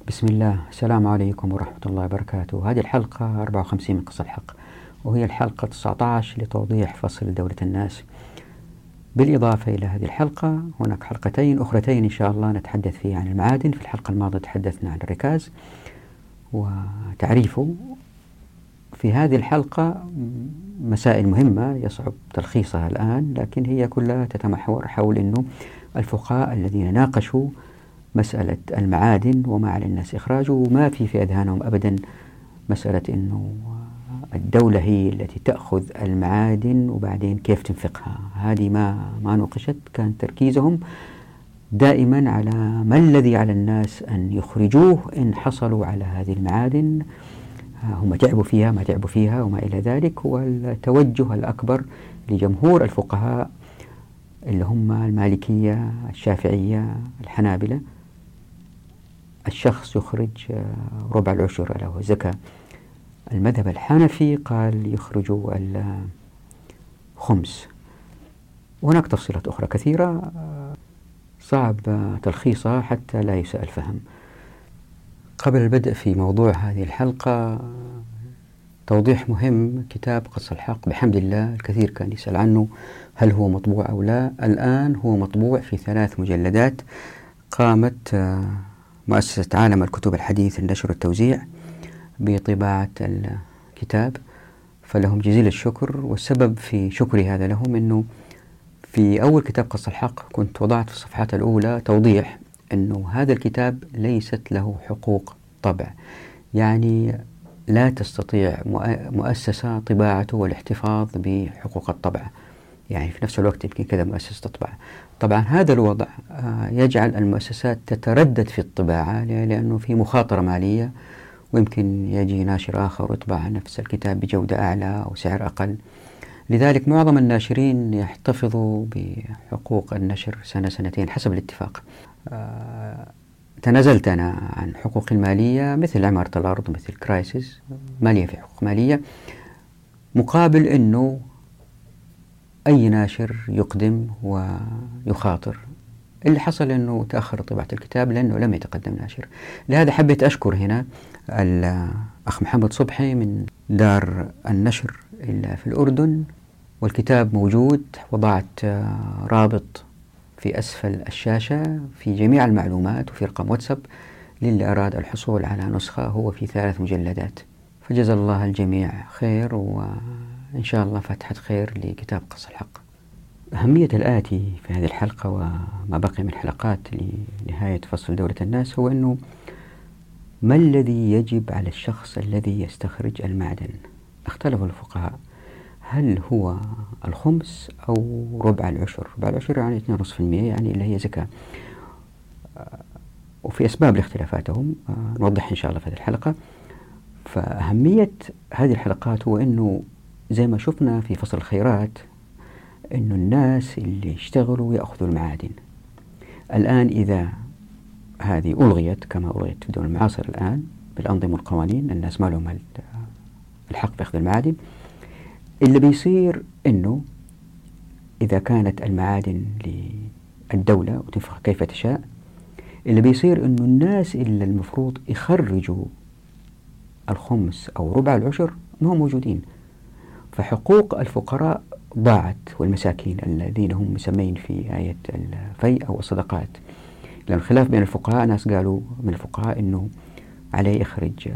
بسم الله، السلام عليكم ورحمة الله وبركاته. هذه الحلقة 54 من قص الحق، وهي الحلقة 19 لتوضيح فصل دولة الناس. بالإضافة إلى هذه الحلقة هناك حلقتين أخرتين إن شاء الله نتحدث فيها عن المعادن. في الحلقة الماضية تحدثنا عن الركاز وتعريفه. في هذه الحلقة مسائل مهمة يصعب تلخيصها الآن، لكن هي كلها تتمحور حول أنه الفقهاء الذين ناقشوا مسألة المعادن وما على الناس إخراجه، وما في أذهانهم أبدا مسألة أنه الدولة هي التي تأخذ المعادن وبعدين كيف تنفقها. هذه ما نوقشت. كان تركيزهم دائما على ما الذي على الناس أن يخرجوه إن حصلوا على هذه المعادن. هم تعبوا فيها ما تعبوا فيها وما إلى ذلك. والتوجه الأكبر لجمهور الفقهاء اللي هم المالكية، الشافعية، الحنابلة، الشخص يخرج ربع العشر له زكاة. المذهب الحنفي قال يخرجوا الخمس. وهناك تفصيلات أخرى كثيرة صعب تلخيصها حتى لا يساء الفهم. قبل البدء في موضوع هذه الحلقة توضيح مهم. كتاب قص الحق بحمد الله الكثير كان يسأل عنه، هل هو مطبوع أو لا؟ الآن هو مطبوع في 3 مجلدات. قامت مؤسسة عالم الكتب الحديث النشر والتوزيع بطباعة الكتاب، فلهم جزيل الشكر. والسبب في شكري هذا لهم أنه في أول كتاب قص الحق كنت وضعت في الصفحات الأولى توضيح أنه هذا الكتاب ليست له حقوق طبع، يعني لا تستطيع مؤسسة طباعته والاحتفاظ بحقوق الطبع، يعني في نفس الوقت يمكن كذا مؤسسة تطبع. طبعا هذا الوضع يجعل المؤسسات تتردد في الطباعة، لأنه في مخاطرة مالية، ويمكن يجي ناشر آخر ويطبع نفس الكتاب بجودة أعلى أو سعر أقل. لذلك معظم الناشرين يحتفظوا بحقوق النشر سنة سنتين حسب الاتفاق. تنازلت أنا عن حقوقي المالية مثل عمارة الأرض مثل كرايسيس، مالية في حقوق مالية، مقابل أنه أي ناشر يقدم ويخاطر. اللي حصل أنه تأخر طباعة الكتاب لأنه لم يتقدم ناشر. لهذا حبيت أشكر هنا الأخ محمد صبحي من دار النشر اللي في الأردن، والكتاب موجود. وضعت رابط في أسفل الشاشة في جميع المعلومات وفي رقم واتساب للي أراد الحصول على نسخة. هو في 3 مجلدات، فجزا الله الجميع خير، وإن شاء الله فتحة خير لكتاب قص الحق. أهمية الآتي في هذه الحلقة وما بقي من حلقات لنهاية فصل دولة الناس هو أنه ما الذي يجب على الشخص الذي يستخرج المعدن. اختلف الفقهاء، هل هو الخمس أو ربع العشر؟ ربع العشر يعني 2.5%، يعني اللي هي زكاة. وفي أسباب لاختلافاتهم نوضح إن شاء الله في هذه الحلقة. فأهمية هذه الحلقات هو أنه زي ما شفنا في فصل الخيرات أنه الناس اللي يشتغلوا يأخذوا المعادن. الآن إذا هذه ألغيت كما ألغيت في الدول المعاصرة الآن بالأنظمة والقوانين، الناس ما لهم الحق بأخذ المعادن. اللي بيصير أنه إذا كانت المعادن للدولة وتنفق كيف تشاء، اللي بيصير أنه الناس اللي المفروض يخرجوا الخمس أو ربع العشر ما هم موجودين، فحقوق الفقراء ضاعت والمساكين الذين هم مسمين في آية الفيء أو الصدقات. لأن الخلاف بين الفقهاء، ناس قالوا من الفقهاء أنه عليه يخرج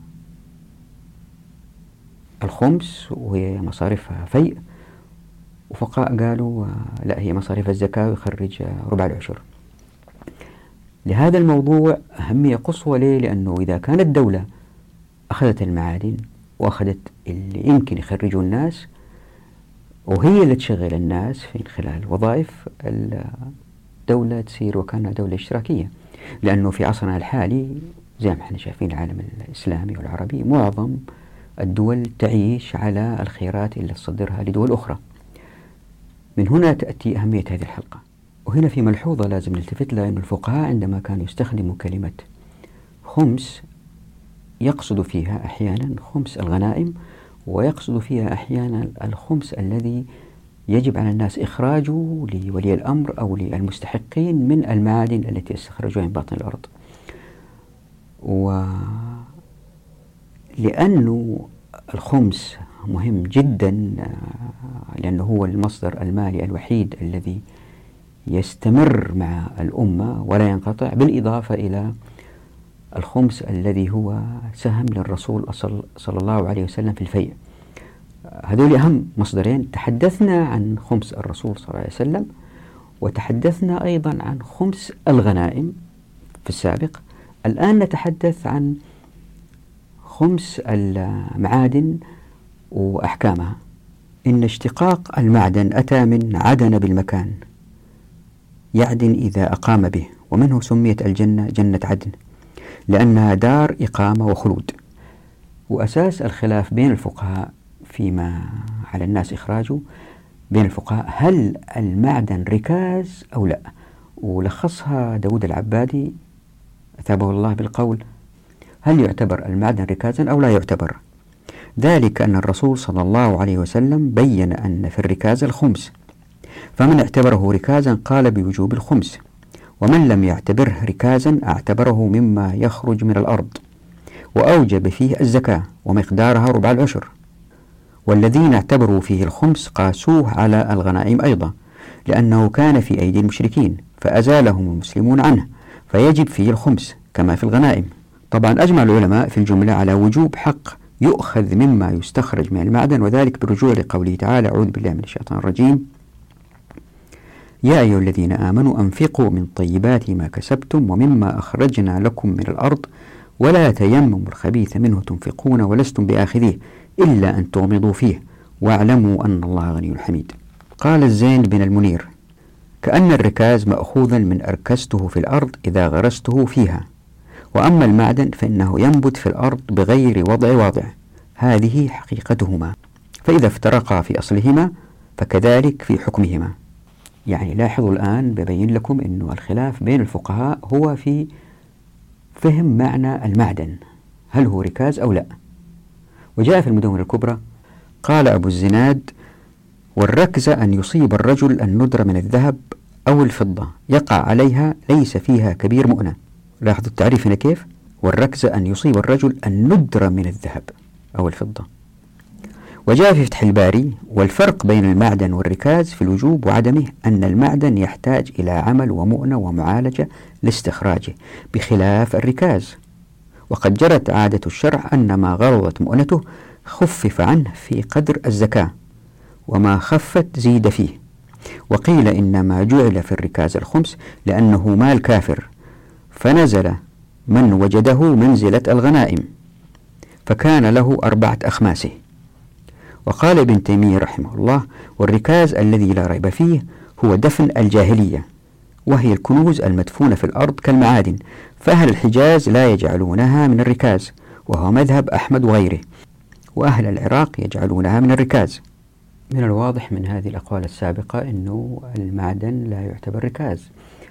الخمس وهي مصاريفها فيء، وفقهاء قالوا لا، هي مصاريف الزكاة ويخرج ربع العشر. لهذا الموضوع أهمية قصوى. ليه؟ لأنه إذا كانت الدولة أخذت المعادن وأخذت اللي يمكن يخرجوا الناس وهي اللي تشغل الناس في خلال الوظائف، الدولة تصير وكأنها دولة اشتراكية. لأنه في عصرنا الحالي زي ما احنا شايفين العالم الإسلامي والعربي معظم الدول تعيش على الخيرات اللي تصدرها لدول أخرى. من هنا تأتي أهمية هذه الحلقة. وهنا في ملحوظة لازم نلتفت لها، أن الفقهاء عندما كانوا يستخدموا كلمة خمس يقصد فيها أحيانا خمس الغنائم، ويقصد فيها أحيانا الخمس الذي يجب على الناس إخراجه لولي الأمر أو للمستحقين من المعادن التي استخرجوها من باطن الأرض. ولأنه الخمس مهم جدا، لأنه هو المصدر المالي الوحيد الذي يستمر مع الأمة ولا ينقطع، بالإضافة إلى الخمس الذي هو سهم للرسول صلى الله عليه وسلم في الفيء. هذول أهم مصدرين. تحدثنا عن خمس الرسول صلى الله عليه وسلم، وتحدثنا أيضا عن خمس الغنائم في السابق. الآن نتحدث عن خمس المعادن وأحكامها. إن اشتقاق المعدن أتى من عدن بالمكان، يعدن إذا أقام به، ومنه سميت الجنة جنة عدن لأنها دار إقامة وخلود. وأساس الخلاف بين الفقهاء فيما على الناس إخراجه بين الفقهاء، هل المعدن ركاز أو لا؟ ولخصها داود العبادي أثابه الله بالقول: هل يعتبر المعدن ركازا أو لا يعتبر؟ ذلك أن الرسول صلى الله عليه وسلم بين أن في الركاز الخمس، فمن اعتبره ركازا قال بوجوب الخمس، ومن لم يعتبره ركازا اعتبره مما يخرج من الأرض، وأوجب فيه الزكاة ومقدارها ربع العشر. والذين اعتبروا فيه الخمس قاسوه على الغنائم أيضا، لأنه كان في أيدي المشركين فأزالهم المسلمون عنه، فيجب فيه الخمس كما في الغنائم. طبعا أجمع العلماء في الجملة على وجوب حق يؤخذ مما يستخرج من المعدن، وذلك بالرجوع لقوله تعالى: أعوذ بالله من الشيطان الرجيم: يا أيها الذين آمنوا أنفقوا من طيبات ما كسبتم ومما أخرجنا لكم من الأرض ولا تيمموا الخبيث منه تنفقون ولستم بآخذيه إلا أن تغمضوا فيه واعلموا أن الله غني حميد. قال الزين بن المنير: كأن الركاز مأخوذا من أركزته في الأرض إذا غرسته فيها، وأما المعدن فإنه ينبت في الأرض بغير واضع، هذه حقيقتهما، فإذا افترقا في أصلهما فكذلك في حكمهما. يعني لاحظوا الآن ببين لكم أن الخلاف بين الفقهاء هو في فهم معنى المعدن، هل هو ركاز أو لا. وجاء في المدونة الكبرى قال أبو الزناد: والركز أن يصيب الرجل الندر من الذهب أو الفضة يقع عليها ليس فيها كبير مؤنة. لاحظوا التعريف هنا كيف: والركز أن يصيب الرجل الندر من الذهب أو الفضة. وجاء في فتح الباري: والفرق بين المعدن والركاز في الوجوب وعدمه أن المعدن يحتاج إلى عمل ومؤنة ومعالجة لاستخراجه بخلاف الركاز، وقد جرت عادة الشرع أن ما غلظت مؤنته خفف عنه في قدر الزكاة، وما خفت زيد فيه. وقيل إنما جعل في الركاز الخمس لأنه مال كافر، فنزل من وجده منزلة الغنائم، فكان له 4 أخماسه. وقال ابن تيمية رحمه الله: والركاز الذي لا ريب فيه هو دفن الجاهلية، وهي الكنوز المدفونة في الأرض كالمعادن، فأهل الحجاز لا يجعلونها من الركاز، وهو مذهب أحمد وغيره، وأهل العراق يجعلونها من الركاز. من الواضح من هذه الأقوال السابقة أنه المعدن لا يعتبر ركاز،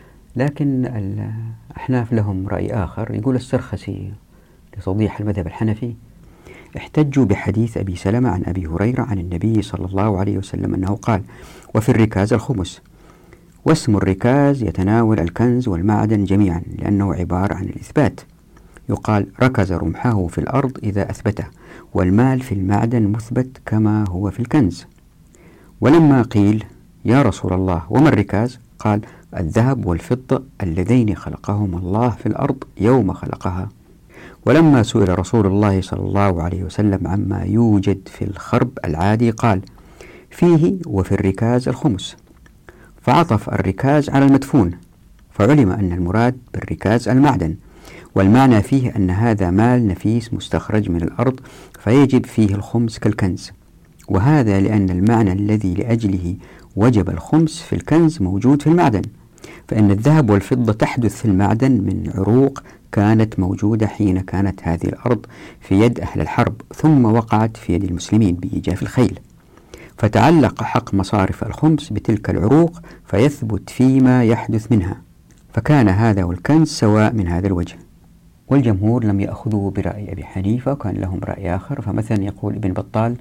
لكن الأحناف لهم رأي آخر. يقول السرخسي لتوضيح المذهب الحنفي: احتجوا بحديث أبي سلمة عن أبي هريرة عن النبي صلى الله عليه وسلم أنه قال: وفي الركاز الخمس. واسم الركاز يتناول الكنز والمعدن جميعا، لأنه عبارة عن الإثبات. يقال: ركز رمحه في الأرض إذا أثبته، والمال في المعدن مثبت كما هو في الكنز. ولما قيل: يا رسول الله وما الركاز؟ قال: الذهب والفضة اللذين خلقهما الله في الأرض يوم خلقها. ولما سئل رسول الله صلى الله عليه وسلم عما يوجد في الخرب العادي قال: فيه وفي الركاز الخمس، فعطف الركاز على المدفون، فعلم أن المراد بالركاز المعدن، والمعنى فيه أن هذا مال نفيس مستخرج من الأرض فيجب فيه الخمس كالكنز. وهذا لأن المعنى الذي لأجله وجب الخمس في الكنز موجود في المعدن، فإن الذهب والفضة تحدث في المعدن من عروق كانت موجودة حين كانت هذه الأرض في يد أهل الحرب، ثم وقعت في يد المسلمين بإيجاف الخيل، فتعلق حق مصارف الخمس بتلك العروق فيثبت فيما يحدث منها، فكان هذا والكنز سواء من هذا الوجه. والجمهور لم يأخذوا برأي أبي حنيفة، وكان لهم رأي آخر. فمثلا يقول ابن بطال: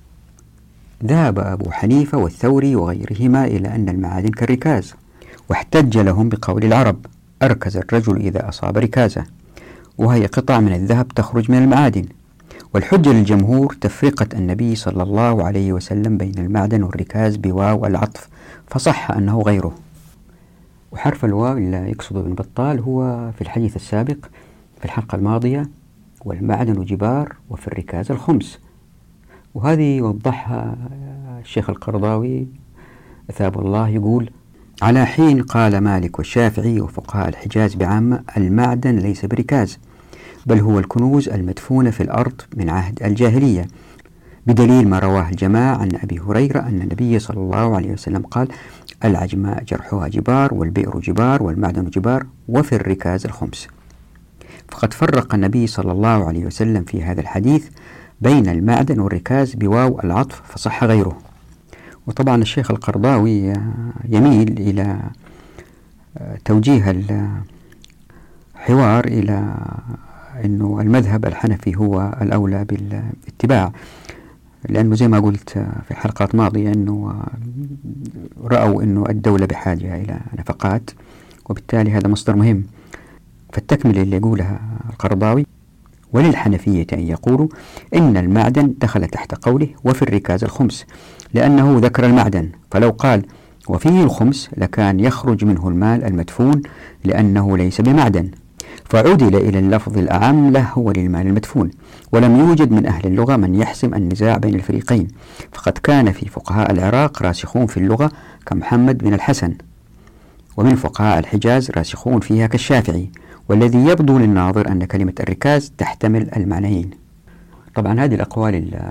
ذهب أبو حنيفة والثوري وغيرهما إلى أن المعادن كالركاز، واحتج لهم بقول العرب: أركز الرجل إذا أصاب ركازه. وهي قطع من الذهب تخرج من المعادن. والحجة للجمهور تفرقة النبي صلى الله عليه وسلم بين المعدن والركاز بواو العطف، فصح أنه غيره. وحرف الواو اللي يقصد ابن بطال هو في الحديث السابق في الحلقة الماضية: والمعدن جبار وفي الركاز الخمس. وهذه وضحها الشيخ القرضاوي أثاب الله، يقول: على حين قال مالك والشافعي وفقهاء الحجاز بعامة المعدن ليس بركاز، بل هو الكنوز المدفونة في الأرض من عهد الجاهلية، بدليل ما رواه الجماعة عن أبي هريرة أن النبي صلى الله عليه وسلم قال: العجماء جرحها جبار، والبئر جبار، والمعدن جبار، وفي الركاز الخمس. فقد فرق النبي صلى الله عليه وسلم في هذا الحديث بين المعدن والركاز بواو العطف، فصح غيره. وطبعا الشيخ القرضاوي يميل إلى توجيه الحوار إلى أنه المذهب الحنفي هو الأولى بالاتباع، لأنه زي ما قلت في حلقات ماضية أنه رأوا أنه الدولة بحاجة إلى نفقات، وبالتالي هذا مصدر مهم. فالتكملة اللي يقولها القرضاوي: وللحنفية أن يقولوا إن المعدن دخل تحت قوله وفي الركاز الخمس، لأنه ذكر المعدن، فلو قال وفيه الخمس لكان يخرج منه المال المدفون لأنه ليس بمعدن، فعدل إلى اللفظ الأعم له وللمال المدفون. ولم يوجد من أهل اللغة من يحسم النزاع بين الفريقين، فقد كان في فقهاء العراق راسخون في اللغة كمحمد بن الحسن، ومن فقهاء الحجاز راسخون فيها كالشافعي، والذي يبدو للناظر أن كلمة الركاز تحتمل المعنيين. طبعا هذه الأقوال اللي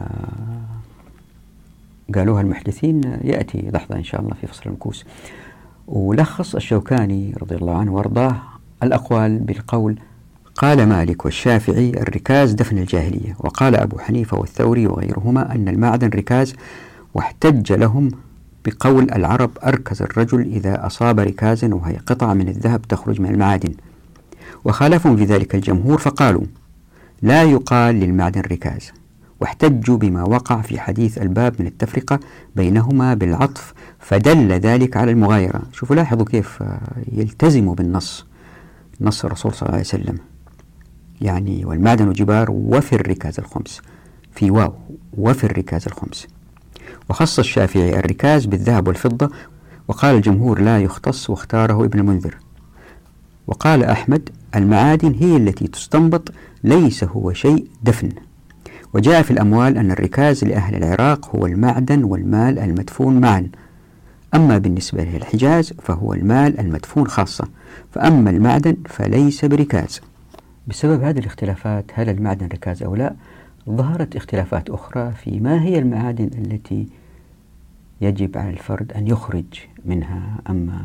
قالوها المحدثين يأتي لحظة إن شاء الله في فصل المكوس. ولخص الشوكاني رضي الله عنه وارضاه الأقوال بالقول: قال مالك والشافعي الركاز دفن الجاهلية، وقال أبو حنيفة والثوري وغيرهما أن المعدن ركاز، واحتج لهم بقول العرب: أركز الرجل إذا أصاب ركازا، وهي قطعة من الذهب تخرج من المعادن. وخالفهم في ذلك الجمهور فقالوا: لا يقال للمعدن ركاز، واحتجوا بما وقع في حديث الباب من التفرقة بينهما بالعطف، فدل ذلك على المغايرة. شوفوا لاحظوا كيف يلتزموا بالنص، نص الرسول صلى الله عليه وسلم، يعني والمعدن جبار وفي الركاز الخمس، في واو وفي الركاز الخمس. وخص الشافعي الركاز بالذهب والفضة، وقال الجمهور لا يختص، واختاره ابن المنذر. وقال أحمد: المعادن هي التي تستنبط، ليس هو شيء دفن. وجاء في الأموال أن الركاز لأهل العراق هو المعدن والمال المدفون معا، أما بالنسبة للحجاز فهو المال المدفون خاصة، فأما المعدن فليس بركاز. بسبب هذه الاختلافات، هل المعدن ركاز أو لا، ظهرت اختلافات أخرى في ما هي المعادن التي يجب على الفرد أن يخرج منها، أما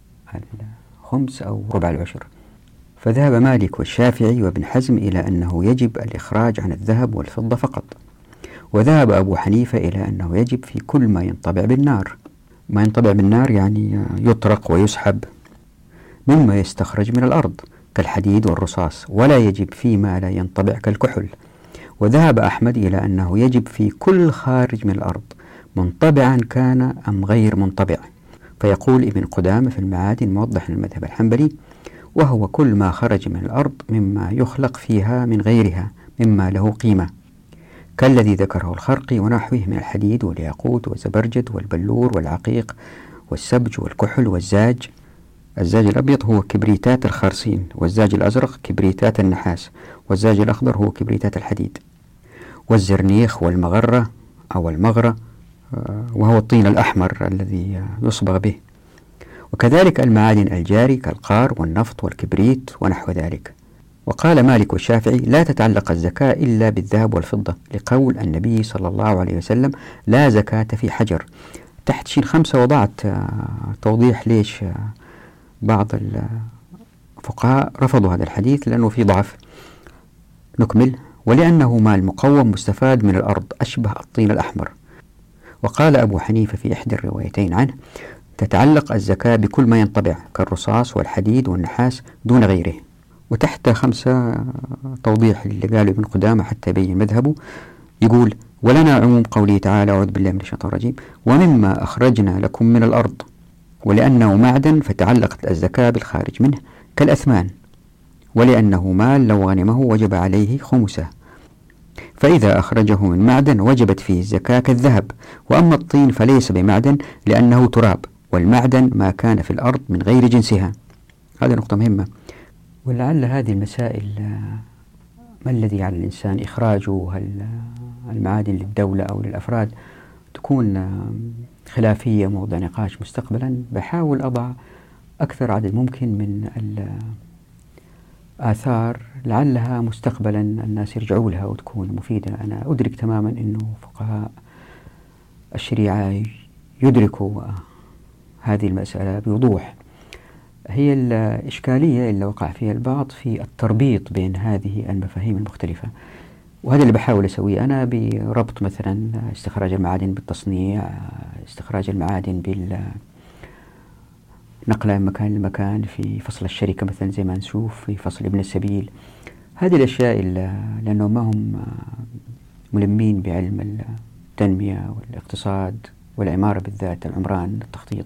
الخمس أو ربع العشر. فذهب مالك والشافعي وابن حزم إلى أنه يجب الإخراج عن الذهب والفضة فقط، وذهب أبو حنيفة إلى أنه يجب في كل ما ينطبع بالنار. ما ينطبع بالنار يعني يطرق ويسحب مما يستخرج من الأرض كالحديد والرصاص، ولا يجب فيما لا ينطبع كالكحل. وذهب أحمد إلى أنه يجب في كل خارج من الأرض، منطبعا كان أم غير منطبع. فيقول ابن قدامة في المعادن موضح المذهب الحنبلي: وهو كل ما خرج من الأرض مما يخلق فيها من غيرها مما له قيمة، كالذي ذكره الخرقي ونحوه من الحديد والياقوت والزبرجد والبلور والعقيق والسبج والكحل والزاج. الزاج الأبيض هو كبريتات الخارصين، والزاج الأزرق كبريتات النحاس، والزاج الأخضر هو كبريتات الحديد، والزرنيخ والمغرة أو المغرة وهو الطين الأحمر الذي يصبغ به، وكذلك المعادن الجاري كالقار والنفط والكبريت ونحو ذلك. وقال مالك والشافعي: لا تتعلق الزكاة إلا بالذهب والفضة، لقول النبي صلى الله عليه وسلم: لا زكاة في حجر. تحت شين 5 وضعت توضيح ليش بعض الفقهاء رفضوا هذا الحديث لأنه في ضعف. نكمل: ولأنه مال مقوم مستفاد من الأرض أشبه الطين الأحمر. وقال أبو حنيفة في إحدى الروايتين عنه: تتعلق الزكاة بكل ما ينطبع كالرصاص والحديد والنحاس دون غيره. وتحت 5 توضيح اللي قاله ابن قدامة حتى يبين مذهبه، يقول: ولنا عموم قوله تعالى: أعوذ بالله من الشيطان الرجيم: ومما أخرجنا لكم من الأرض. ولأنه معدن فتعلقت الزكاة بالخارج منه كالأثمان. ولأنه مال لو غنمه وجب عليه خمسه، فإذا أخرجه من معدن وجبت فيه الزكاة كالذهب. وأما الطين فليس بمعدن لأنه تراب، والمعدن ما كان في الأرض من غير جنسها. هذه نقطة مهمة. ولعل هذه المسائل ما الذي على الإنسان إخراجه، هل المعادن للدولة أو للأفراد، تكون خلافية موضع نقاش مستقبلا. بحاول أضع أكثر عدد ممكن من الآثار لعلها مستقبلا الناس يرجعوا لها وتكون مفيدة. أنا أدرك تماما أنه فقهاء الشريعة يدركوا هذه المسألة بوضوح. هي الإشكالية اللي وقع فيها البعض في التربيط بين هذه المفاهيم المختلفة، وهذا اللي بحاول أسويه أنا بربط مثلا استخراج المعادن بالتصنيع، استخراج المعادن بالنقلة من مكان لمكان، في فصل الشركة مثلا زي ما نشوف في فصل ابن السبيل. هذه الأشياء لأنهم ما هم ملمين بعلم التنمية والاقتصاد والعمارة بالذات، العمران، التخطيط،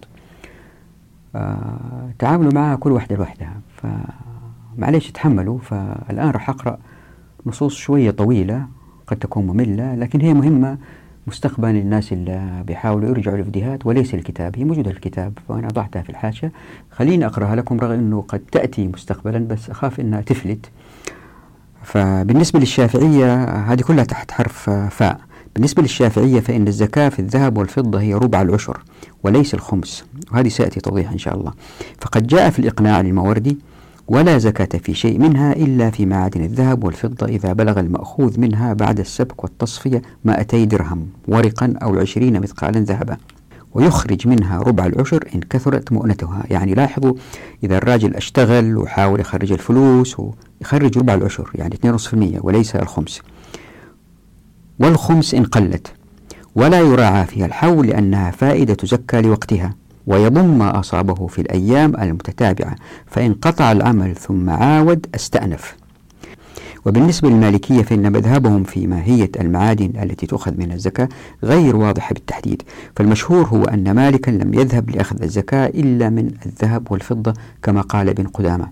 تعاملوا معها كل واحدة لوحدها، فمعليش تحملوا. فالآن راح أقرأ نصوص شوية طويلة قد تكون مملة، لكن هي مهمة مستقبلا للناس اللي بيحاولوا يرجعوا للفيديوهات وليس الكتاب. هي موجودة في الكتاب وأنا ضعتها في الحاشية، خليني أقرأها لكم رغم أنه قد تأتي مستقبلا، بس أخاف أنها تفلت. فبالنسبة للشافعية هذه كلها تحت حرف فاء. بالنسبة للشافعية فإن الزكاة في الذهب والفضة هي ربع العشر وليس الخمس، وهذه سيأتي توضيح إن شاء الله. فقد جاء في الإقناع للماوردي: ولا زكاة في شيء منها إلا في معادن الذهب والفضة إذا بلغ المأخوذ منها بعد السبك والتصفية 200 درهم ورقا أو 20 مثقالا ذهبا، ويخرج منها ربع العشر إن كثرت مؤنتها. يعني لاحظوا، إذا الراجل اشتغل وحاول يخرج الفلوس ويخرج ربع العشر يعني 2.5% وليس الخمس، والخمس إن قلت، ولا يراعى فيها الحول لأنها فائدة تزكى لوقتها، ويضم ما أصابه في الأيام المتتابعة، فإن قطع العمل ثم عاود استأنف. وبالنسبة للمالكية فإن مذهبهم في ماهية المعادن التي تؤخذ من الزكاة غير واضحة بالتحديد، فالمشهور هو أن مالكا لم يذهب لأخذ الزكاة إلا من الذهب والفضة كما قال ابن قدامة.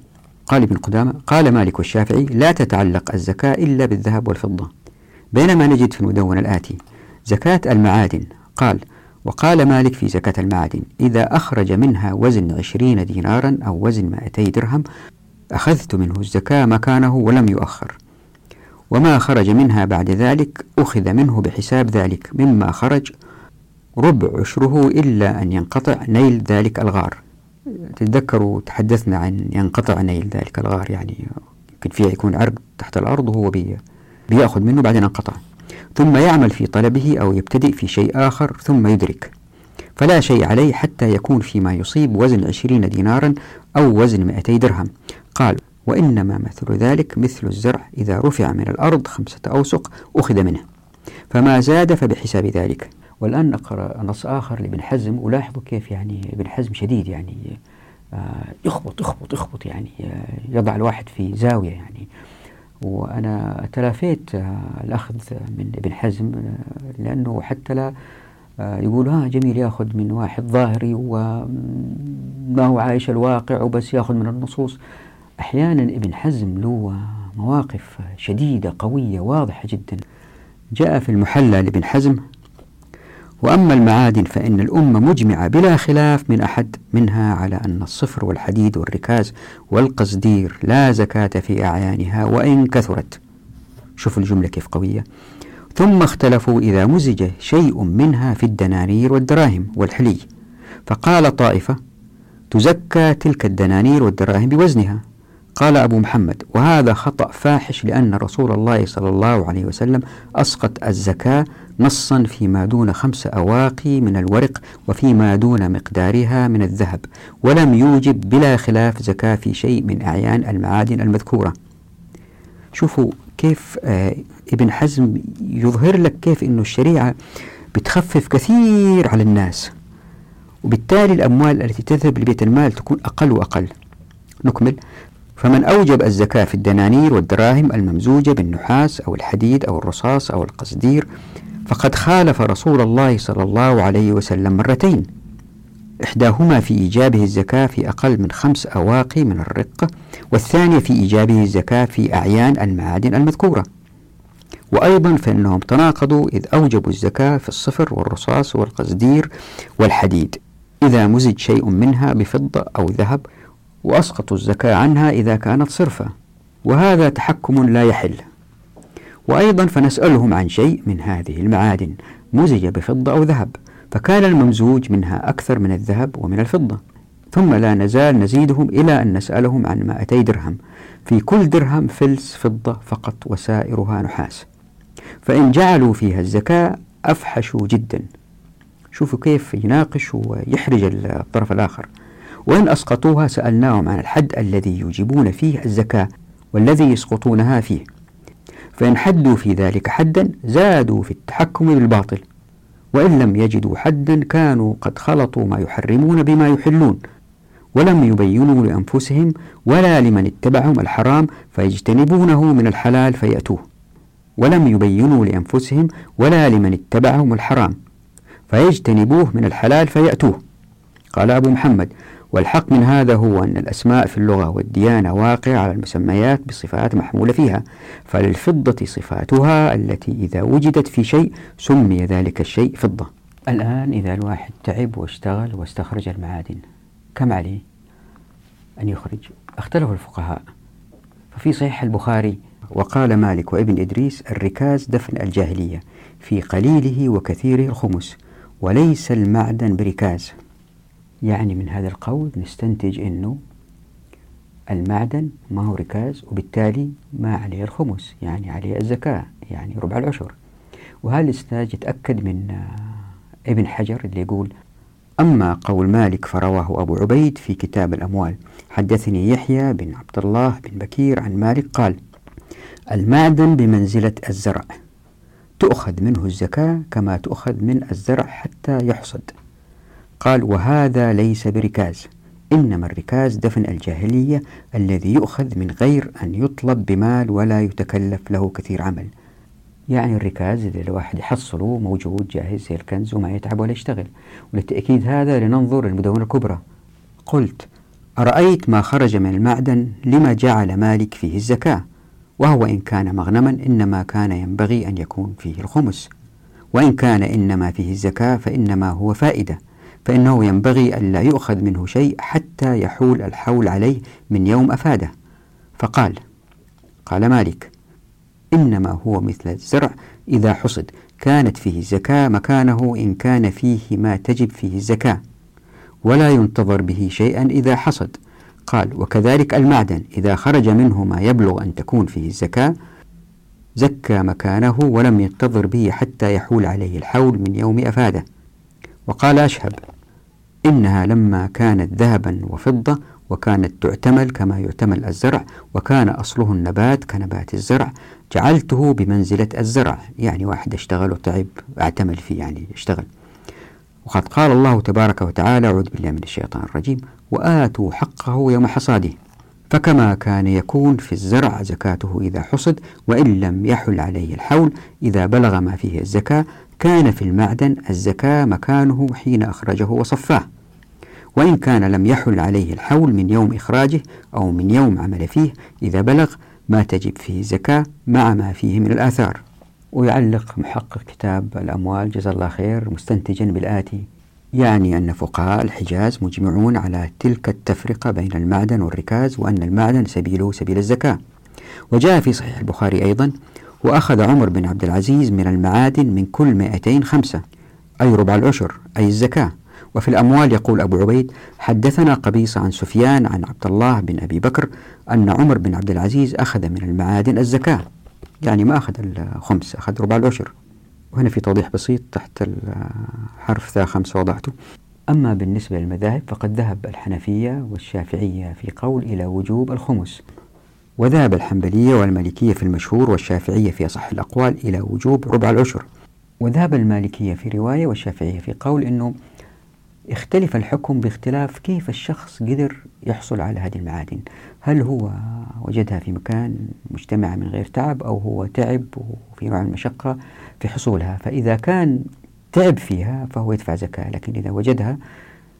قال مالك والشافعي: لا تتعلق الزكاة إلا بالذهب والفضة. بينما نجد في المدون الآتي: زكاة المعادن، وقال مالك في زكاة المعادن: إذا أخرج منها وزن 20 دينارا أو وزن 200 درهم أخذت منه الزكاة مكانه ولم يؤخر، وما خرج منها بعد ذلك أخذ منه بحساب ذلك مما خرج ربع عشره إلا أن ينقطع نيل ذلك الغار. تتذكروا تحدثنا عن ينقطع نيل ذلك الغار، يعني يمكن فيه يكون عرق تحت الأرض وهو بيأخذ منه بعدين انقطع، ثم يعمل في طلبه أو يبتدئ في شيء آخر ثم يدرك، فلا شيء عليه حتى يكون فيما يصيب وزن 20 دينارا أو وزن 200 درهم. قال: وإنما مثل ذلك مثل الزرع إذا رفع من الأرض 5 أوسق أخذ منه، فما زاد فبحساب ذلك. والآن نقرأ نص آخر لابن حزم، ولاحظوا كيف يعني ابن حزم شديد، يعني يخبط يعني يضع الواحد في زاوية يعني. وأنا تلافيت الأخذ من ابن حزم لأنه حتى لا يقول جميل يأخذ من واحد ظاهري وما هو عايش الواقع وبس يأخذ من النصوص. أحيانا ابن حزم له مواقف شديدة قوية واضحة جدا. جاء في المحلى لابن حزم: وأما المعادن فإن الأمة مجمعة بلا خلاف من أحد منها على أن الصفر والحديد والركاز والقصدير لا زكاة في أعيانها وإن كثرت. شوفوا الجملة كيف قوية. ثم اختلفوا إذا مزج شيء منها في الدنانير والدراهم والحلي، فقال طائفة: تزكى تلك الدنانير والدراهم بوزنها. قال أبو محمد: وهذا خطأ فاحش، لأن رسول الله صلى الله عليه وسلم أسقط الزكاة نصا فيما دون 5 أواقي من الورق وفيما دون مقدارها من الذهب، ولم يوجب بلا خلاف زكاة في شيء من أعيان المعادن المذكورة. شوفوا كيف ابن حزم يظهر لك كيف إنه الشريعة بتخفف كثير على الناس، وبالتالي الأموال التي تذهب لبيت المال تكون أقل وأقل. نكمل: فمن أوجب الزكاة في الدنانير والدراهم الممزوجة بالنحاس أو الحديد أو الرصاص أو القصدير فقد خالف رسول الله صلى الله عليه وسلم مرتين، إحداهما في إيجابه الزكاة في أقل من 5 أواقي من الرقة، والثانية في إيجابه الزكاة في أعيان المعادن المذكورة. وأيضا فإنهم تناقضوا إذ أوجبوا الزكاة في الصفر والرصاص والقصدير والحديد إذا مزج شيء منها بفضة أو ذهب، وأسقطوا الزكاة عنها إذا كانت صرفة، وهذا تحكم لا يحل. وأيضا فنسألهم عن شيء من هذه المعادن مزج بفضة أو ذهب، فكان الممزوج منها أكثر من الذهب ومن الفضة، ثم لا نزال نزيدهم إلى أن نسألهم عن 200 درهم، في كل درهم فلس فضة فقط وسائرها نحاس، فإن جعلوا فيها الزكاة أفحشوا جدا. شوفوا كيف يناقش ويحرج الطرف الآخر. وإن أسقطوها سألناهم عن الحد الذي يجيبون فيه الزكاة والذي يسقطونها فيه، فإن حدوا في ذلك حدا زادوا في التحكم بالباطل، وإن لم يجدوا حدا كانوا قد خلطوا ما يحرمون بما يحلون، ولم يبينوا لأنفسهم ولا لمن اتبعهم الحرام فيجتنبونه من الحلال فيأتوه، ولم يبينوا لأنفسهم ولا لمن اتبعهم الحرام فيجتنبوه من الحلال فيأتوه. قال أبو محمد: والحق من هذا هو أن الأسماء في اللغة والديانة واقع على المسميات بصفات محمولة فيها، فللفضة صفاتها التي إذا وجدت في شيء سمي ذلك الشيء فضة. الآن إذا الواحد تعب واشتغل واستخرج المعادن، كم عليه أن يخرج؟ اختلف الفقهاء، ففي صحيح البخاري: وقال مالك وابن إدريس: الركاز دفن الجاهلية، في قليله وكثيره الخمس، وليس المعدن بركاز. يعني من هذا القول نستنتج أنه المعدن ما هو ركاز، وبالتالي ما عليه الخمس، يعني عليه الزكاة، يعني ربع العشر. وهذا الاستنتاج يتأكد من ابن حجر اللي يقول: أما قول مالك فرواه أبو عبيد في كتاب الأموال. حدثني يحيى بن عبد الله بن بكير عن مالك قال: المعدن بمنزلة الزرع، تؤخذ منه الزكاة كما تؤخذ من الزرع حتى يحصد. قال: وهذا ليس بركاز، إنما الركاز دفن الجاهلية الذي يؤخذ من غير أن يطلب بمال ولا يتكلف له كثير عمل. يعني الركاز إذا الواحد يحصله موجود جاهز زي الكنز وما يتعب ولا يشتغل. وللتأكيد هذا لننظر المدونة الكبرى. قلت: أرأيت ما خرج من المعدن لما جعل مالك فيه الزكاة، وهو إن كان مغنما إنما كان ينبغي أن يكون فيه الخمس، وإن كان إنما فيه الزكاة فإنما هو فائدة، فإنه ينبغي أن لا يؤخذ منه شيء حتى يحول الحول عليه من يوم أفاده. فقال مالك: إنما هو مثل الزرع إذا حصد كانت فيه الزكاة مكانه إن كان فيه ما تجب فيه الزكاة، ولا ينتظر به شيئا إذا حصد. قال: وكذلك المعدن إذا خرج منه ما يبلغ أن تكون فيه الزكاة زكى مكانه ولم ينتظر به حتى يحول عليه الحول من يوم أفاده. وقال أشهب: إنها لما كانت ذهبا وفضة وكانت تعتمل كما يعتمل الزرع، وكان أصله النبات كنبات الزرع، جعلته بمنزلة الزرع، يعني واحد اشتغل وتعب اعتمل فيه، يعني اشتغل. وقد قال الله تبارك وتعالى: أعوذ بالله من الشيطان الرجيم: وآتوا حقه يوم حصاده. فكما كان يكون في الزرع زكاته إذا حصد وإن لم يحل عليه الحول إذا بلغ ما فيه الزكاة، كان في المعدن الزكاة مكانه حين أخرجه وصفاه، وإن كان لم يحل عليه الحول من يوم إخراجه أو من يوم عمل فيه إذا بلغ ما تجب فيه الزكاة مع ما فيه من الآثار. ويعلق محقق كتاب الأموال جزا الله خير مستنتجا بالآتي: يعني أن فقهاء الحجاز مجمعون على تلك التفرقة بين المعدن والركاز، وأن المعدن سبيله سبيل الزكاة. وجاء في صحيح البخاري أيضا: وأخذ عمر بن عبد العزيز من المعادن من كل 200 5، أي ربع العشر، أي الزكاة. وفي الأموال يقول أبو عبيد: حدثنا قبيصة عن سفيان عن عبد الله بن أبي بكر أن عمر بن عبد العزيز أخذ من المعادن الزكاة، يعني ما أخذ الخمس، أخذ ربع العشر. وهنا في توضيح بسيط تحت الحرف ذا 5 وضعته. أما بالنسبة للمذاهب فقد ذهب الحنفية والشافعية في قول إلى وجوب الخمس، وذهب الحنبلية والمالكية في المشهور والشافعية في أصح الأقوال إلى وجوب ربع العشر، وذهب المالكية في رواية والشافعية في قول أنه اختلف الحكم باختلاف كيف الشخص قدر يحصل على هذه المعادن، هل هو وجدها في مكان مجتمع من غير تعب، أو هو تعب وفي نوع من المشقة في حصولها. فإذا كان تعب فيها فهو يدفع زكاة، لكن إذا وجدها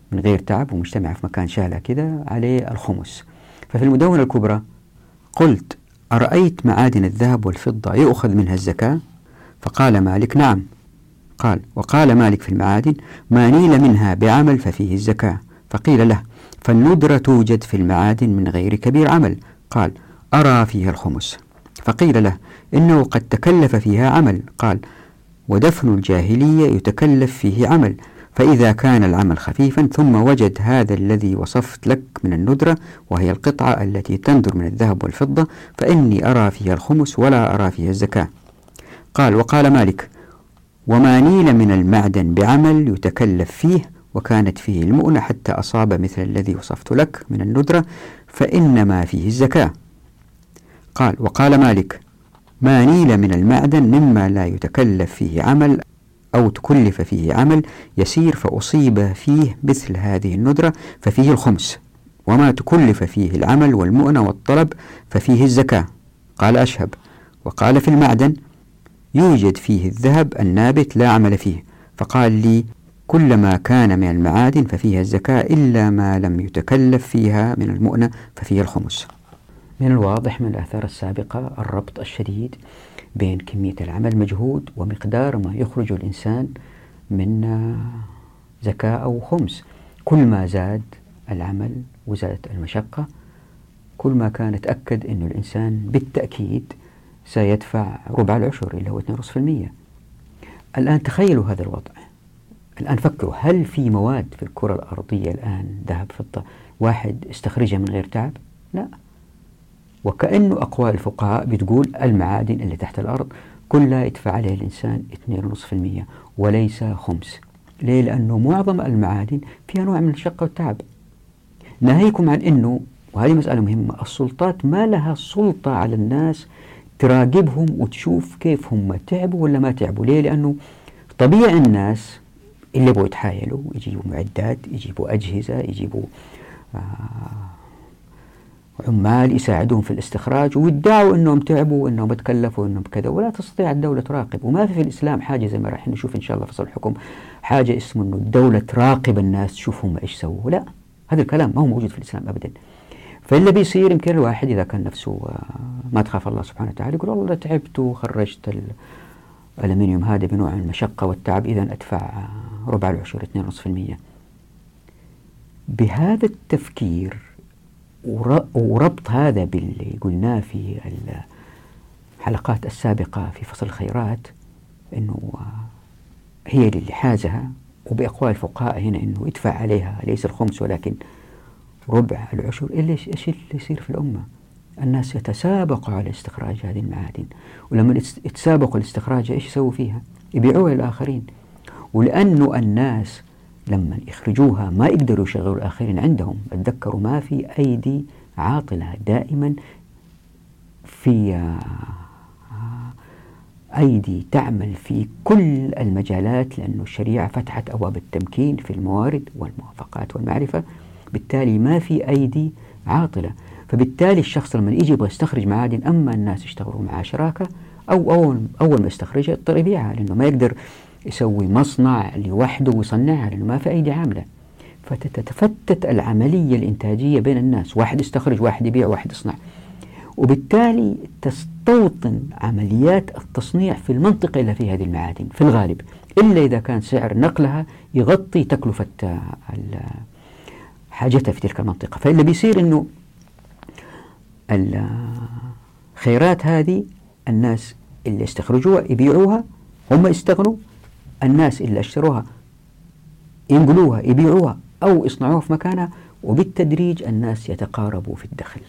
من غير تعب ومجتمع في مكان شالة كده عليه الخمس. ففي المدونة الكبرى قلت: أرأيت معادن الذهب والفضة يؤخذ منها الزكاة؟ فقال مالك: نعم. قال: وقال مالك في المعادن: ما نيل منها بعمل ففيه الزكاة. فقيل له: فالندرة توجد في المعادن من غير كبير عمل. قال: أرى فيها الخمس. فقيل له: إنه قد تكلف فيها عمل. قال: ودفن الجاهلية يتكلف فيه عمل، فإذا كان العمل خفيفا ثم وجد هذا الذي وصفت لك من الندرة وهي القطعة التي تندر من الذهب والفضة فإني أرى فيها الخمس ولا أرى فيها الزكاة. قال: وقال مالك: وما نيل من المعدن بعمل يتكلف فيه وكانت فيه المؤنة حتى أصاب مثل الذي وصفت لك من الندرة فإنما فيه الزكاة. قال: وقال مالك: ما نيل من المعدن مما لا يتكلف فيه عمل أو تكلف فيه عمل يسير فأصيب فيه مثل هذه الندرة ففيه الخمس، وما تكلف فيه العمل والمؤنة والطلب ففيه الزكاة. قال أشهب: وقال في المعدن: يوجد فيه الذهب النابت لا عمل فيه. فقال لي: كل ما كان من المعادن ففيها الزكاة إلا ما لم يتكلف فيها من المؤنة ففيه الخمس. من الواضح من الآثار السابقة الربط الشديد بين كمية العمل مجهود ومقدار ما يخرج الإنسان من زكاة أو خمس. كل ما زاد العمل وزادت المشقة كل ما كان تأكد أن الإنسان بالتأكيد سيدفع ربع العشر اللي هو 2.5%. الآن تخيلوا هذا الوضع. الآن فكروا، هل في مواد في الكرة الأرضية الآن ذهب فضة واحد استخرجها من غير تعب؟ لا. وكأنه أقوال الفقهاء بتقول المعادن اللي تحت الأرض كلها يدفع عليها الإنسان 2.5% وليس خمس. ليه؟ لأنه معظم المعادن فيها نوع من الشقة والتعب. ناهيكم عن أنه، وهذه مسألة مهمة، السلطات ما لها سلطة على الناس تراقبهم وتشوف كيف هم تعبوا ولا ما تعبوا. ليه؟ لأنه طبيعي الناس اللي يبغوا يتحايلوا يجيبوا معدات، يجيبوا أجهزة، يجيبوا عمال يساعدون في الاستخراج ويدعوا أنهم تعبوا وأنهم تكلفوا وأنهم كذا، ولا تستطيع الدولة تراقب. وما في الإسلام حاجة زي ما راح نشوف إن شاء الله فصل الحكم حاجة اسمه أنه الدولة تراقب الناس تشوف هم إيش سووا. لا، هذا الكلام ما هو موجود في الإسلام أبدا. فإلا بيصير يمكن الواحد إذا كان نفسه ما تخاف الله سبحانه وتعالى يقول والله تعبت وخرجت الألمنيوم هذا بنوع من المشقة والتعب، إذا أدفع ربع العشر 2.5%. بهذا التفكير وربط هذا باللي قلناه في الحلقات السابقة في فصل الخيرات أنه هي اللي حازها، وبأقوال الفقهاء هنا أنه يدفع عليها ليس الخمس ولكن ربع العشر. إيش اللي يصير في الأمة؟ الناس يتسابقوا على استخراج هذه المعادن، ولما يتسابقوا الاستخراج إيش يسووا فيها؟ يبيعوها للآخرين. ولأنه الناس لما يخرجوها ما يقدروا يشغلوا الآخرين عندهم. اتذكروا ما في أيدي عاطلة، دائما في أيدي تعمل في كل المجالات، لأنه الشريعة فتحت أبواب التمكين في الموارد والموافقات والمعرفة، بالتالي ما في أيدي عاطلة. فبالتالي الشخص لما يجي يبغى يستخرج معادن، أما الناس يشتغلوا مع شراكة أو أول ما يستخرجها يضطر يبيعها، لأنه ما يقدر يسوي مصنع لوحده ويصنعها لأنه ما في أيدي عاملة. فتتفتت العملية الإنتاجية بين الناس، واحد يستخرج واحد يبيع واحد يصنع، وبالتالي تستوطن عمليات التصنيع في المنطقة اللي فيها هذه المعادن في الغالب، إلا إذا كان سعر نقلها يغطي تكلفة حاجتها في تلك المنطقة. فإلا بيصير إنه الخيرات هذه الناس اللي يستخرجوها يبيعوها، هم يستغنوا، الناس اللي اشتروها ينقلوها يبيعوها أو يصنعوها في مكانها، وبالتدريج الناس يتقاربوا في الدخل.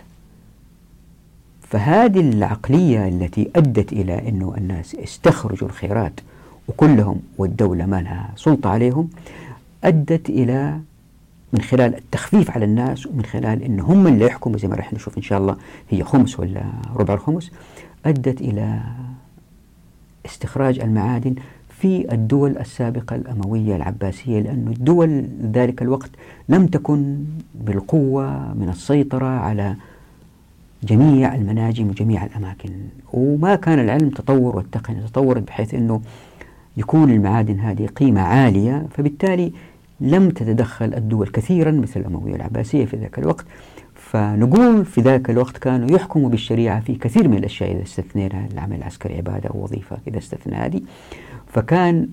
فهذه العقلية التي أدت إلى أنه الناس استخرجوا الخيرات وكلهم والدولة ما لها سلطة عليهم، أدت إلى من خلال التخفيف على الناس ومن خلال أن هم اللي يحكموا زي ما رح نشوف إن شاء الله هي خمس ولا ربع الخمس، أدت إلى استخراج المعادن في الدول السابقة الأموية العباسية، لأن الدول ذلك الوقت لم تكن بالقوة من السيطرة على جميع المناجم وجميع الأماكن، وما كان العلم تطور والتقنية تطورت بحيث أنه يكون المعادن هذه قيمة عالية. فبالتالي لم تتدخل الدول كثيرا مثل الأموية والعباسية في ذاك الوقت، فنقول في ذاك الوقت كانوا يحكموا بالشريعة في كثير من الأشياء إذا استثنينا العمل العسكري عبادة أو وظيفة إذا استثنى هذه، فكان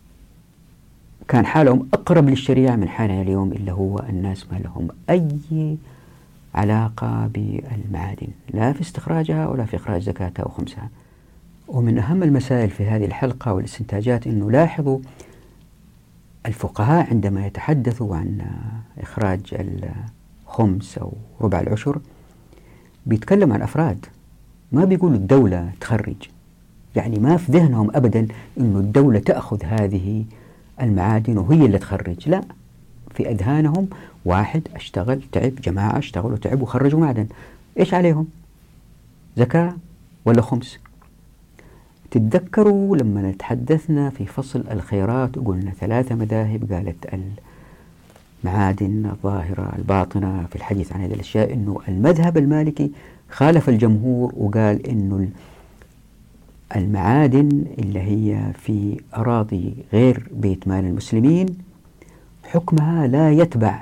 حالهم أقرب للشريعة من حالنا اليوم، إلا هو الناس ما لهم أي علاقة بالمعادن لا في استخراجها ولا في إخراج زكاتها أو خمسها. ومن أهم المسائل في هذه الحلقة والاستنتاجات أنه لاحظوا الفقهاء عندما يتحدثوا عن إخراج الخمس أو ربع العشر بيتكلم عن أفراد، ما بيقولوا الدولة تخرج، يعني ما في ذهنهم أبدا أنه الدولة تأخذ هذه المعادن وهي اللي تخرج، لا، في أذهانهم واحد اشتغل تعب، جماعة اشتغلوا تعب وخرجوا معدن، إيش عليهم؟ زكاة ولا خمس؟ تتذكروا لما تحدثنا في فصل الخيرات وقلنا 3 مذاهب قالت المعادن الظاهرة الباطنة في الحديث عن هذه الأشياء، إنه المذهب المالكي خالف الجمهور وقال إنه المعادن اللي هي في أراضي غير بيت مال المسلمين حكمها لا يتبع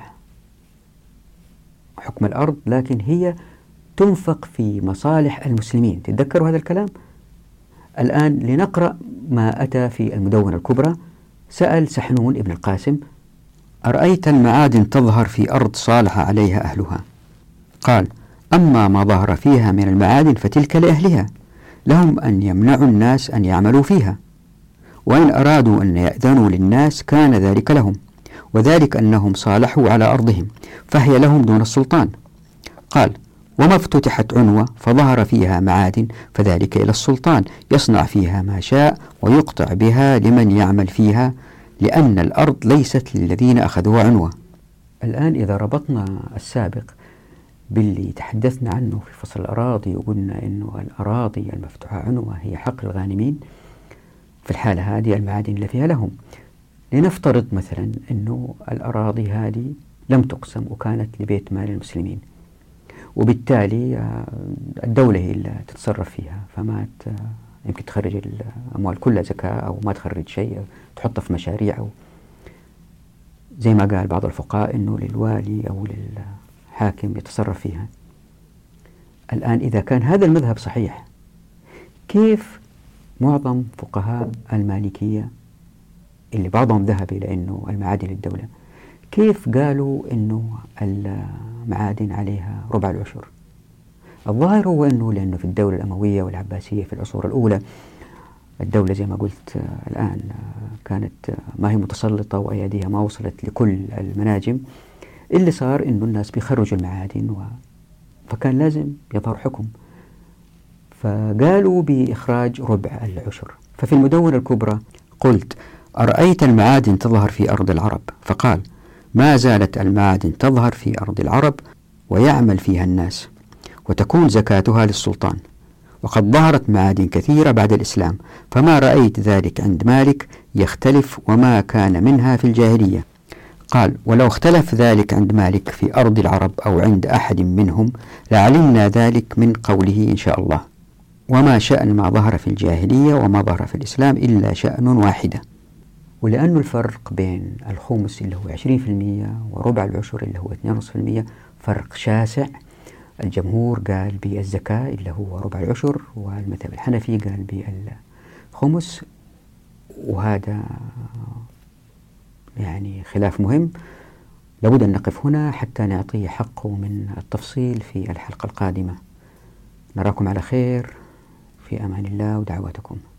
حكم الأرض، لكن هي تنفق في مصالح المسلمين. تتذكروا هذا الكلام؟ الآن لنقرأ ما أتى في المدونة الكبرى. سأل سحنون ابن القاسم: أرأيت المعادن تظهر في أرض صالح عليها أهلها؟ قال: أما ما ظهر فيها من المعادن فتلك لأهلها، لهم أن يمنعوا الناس أن يعملوا فيها، وإن أرادوا أن يأذنوا للناس كان ذلك لهم، وذلك أنهم صالحوا على أرضهم فهي لهم دون السلطان. قال: وما افتتحت عنوة فظهر فيها معادن فذلك إلى السلطان، يصنع فيها ما شاء ويقطع بها لمن يعمل فيها، لأن الأرض ليست للذين أخذوها عنوة. الآن إذا ربطنا السابق باللي تحدثنا عنه في فصل الأراضي وقلنا إنه الأراضي المفتوحة عنوة هي حق الغانمين، في الحالة هذه المعادن اللي فيها لهم. لنفترض مثلا إنه الأراضي هذه لم تقسم وكانت لبيت مال المسلمين، وبالتالي الدولة هي اللي تتصرف فيها، فما يمكن تخرج الأموال كلها زكاة أو ما تخرج شيء، تحطها في مشاريع، أو زي ما قال بعض الفقهاء إنه للوالي أو للحاكم يتصرف فيها. الآن إذا كان هذا المذهب صحيح، كيف معظم فقهاء المالكية اللي بعضهم ذهب إلى أنه المعادن للدولة، كيف قالوا أنه المعادن عليها ربع العشر؟ الظاهر هو أنه لأنه في الدولة الأموية والعباسية في العصور الأولى الدولة زي ما قلت الآن كانت ما هي متسلطة وأياديها ما وصلت لكل المناجم، اللي صار أنه الناس بيخرجوا المعادن فكان لازم يظهر حكم، فقالوا بإخراج ربع العشر. ففي المدونة الكبرى قلت: أرأيت المعادن تظهر في أرض العرب؟ فقال: ما زالت المعادن تظهر في أرض العرب ويعمل فيها الناس، وتكون زكاتها للسلطان، وقد ظهرت معادن كثيرة بعد الإسلام، فما رأيت ذلك عند مالك يختلف وما كان منها في الجاهلية. قال: ولو اختلف ذلك عند مالك في أرض العرب أو عند أحد منهم لعلمنا ذلك من قوله إن شاء الله، وما شأن ما ظهر في الجاهلية وما ظهر في الإسلام إلا شأن واحدة. ولأنه الفرق بين الخمس اللي هو 20% وربع العشر اللي هو 2.5% فرق شاسع، الجمهور قال بالزكاة اللي هو ربع العشر، والمذهب الحنفي قال بالخمس، وهذا يعني خلاف مهم لابد أن نقف هنا حتى نعطيه حقه من التفصيل في الحلقة القادمة. نراكم على خير، في أمان الله ودعواتكم.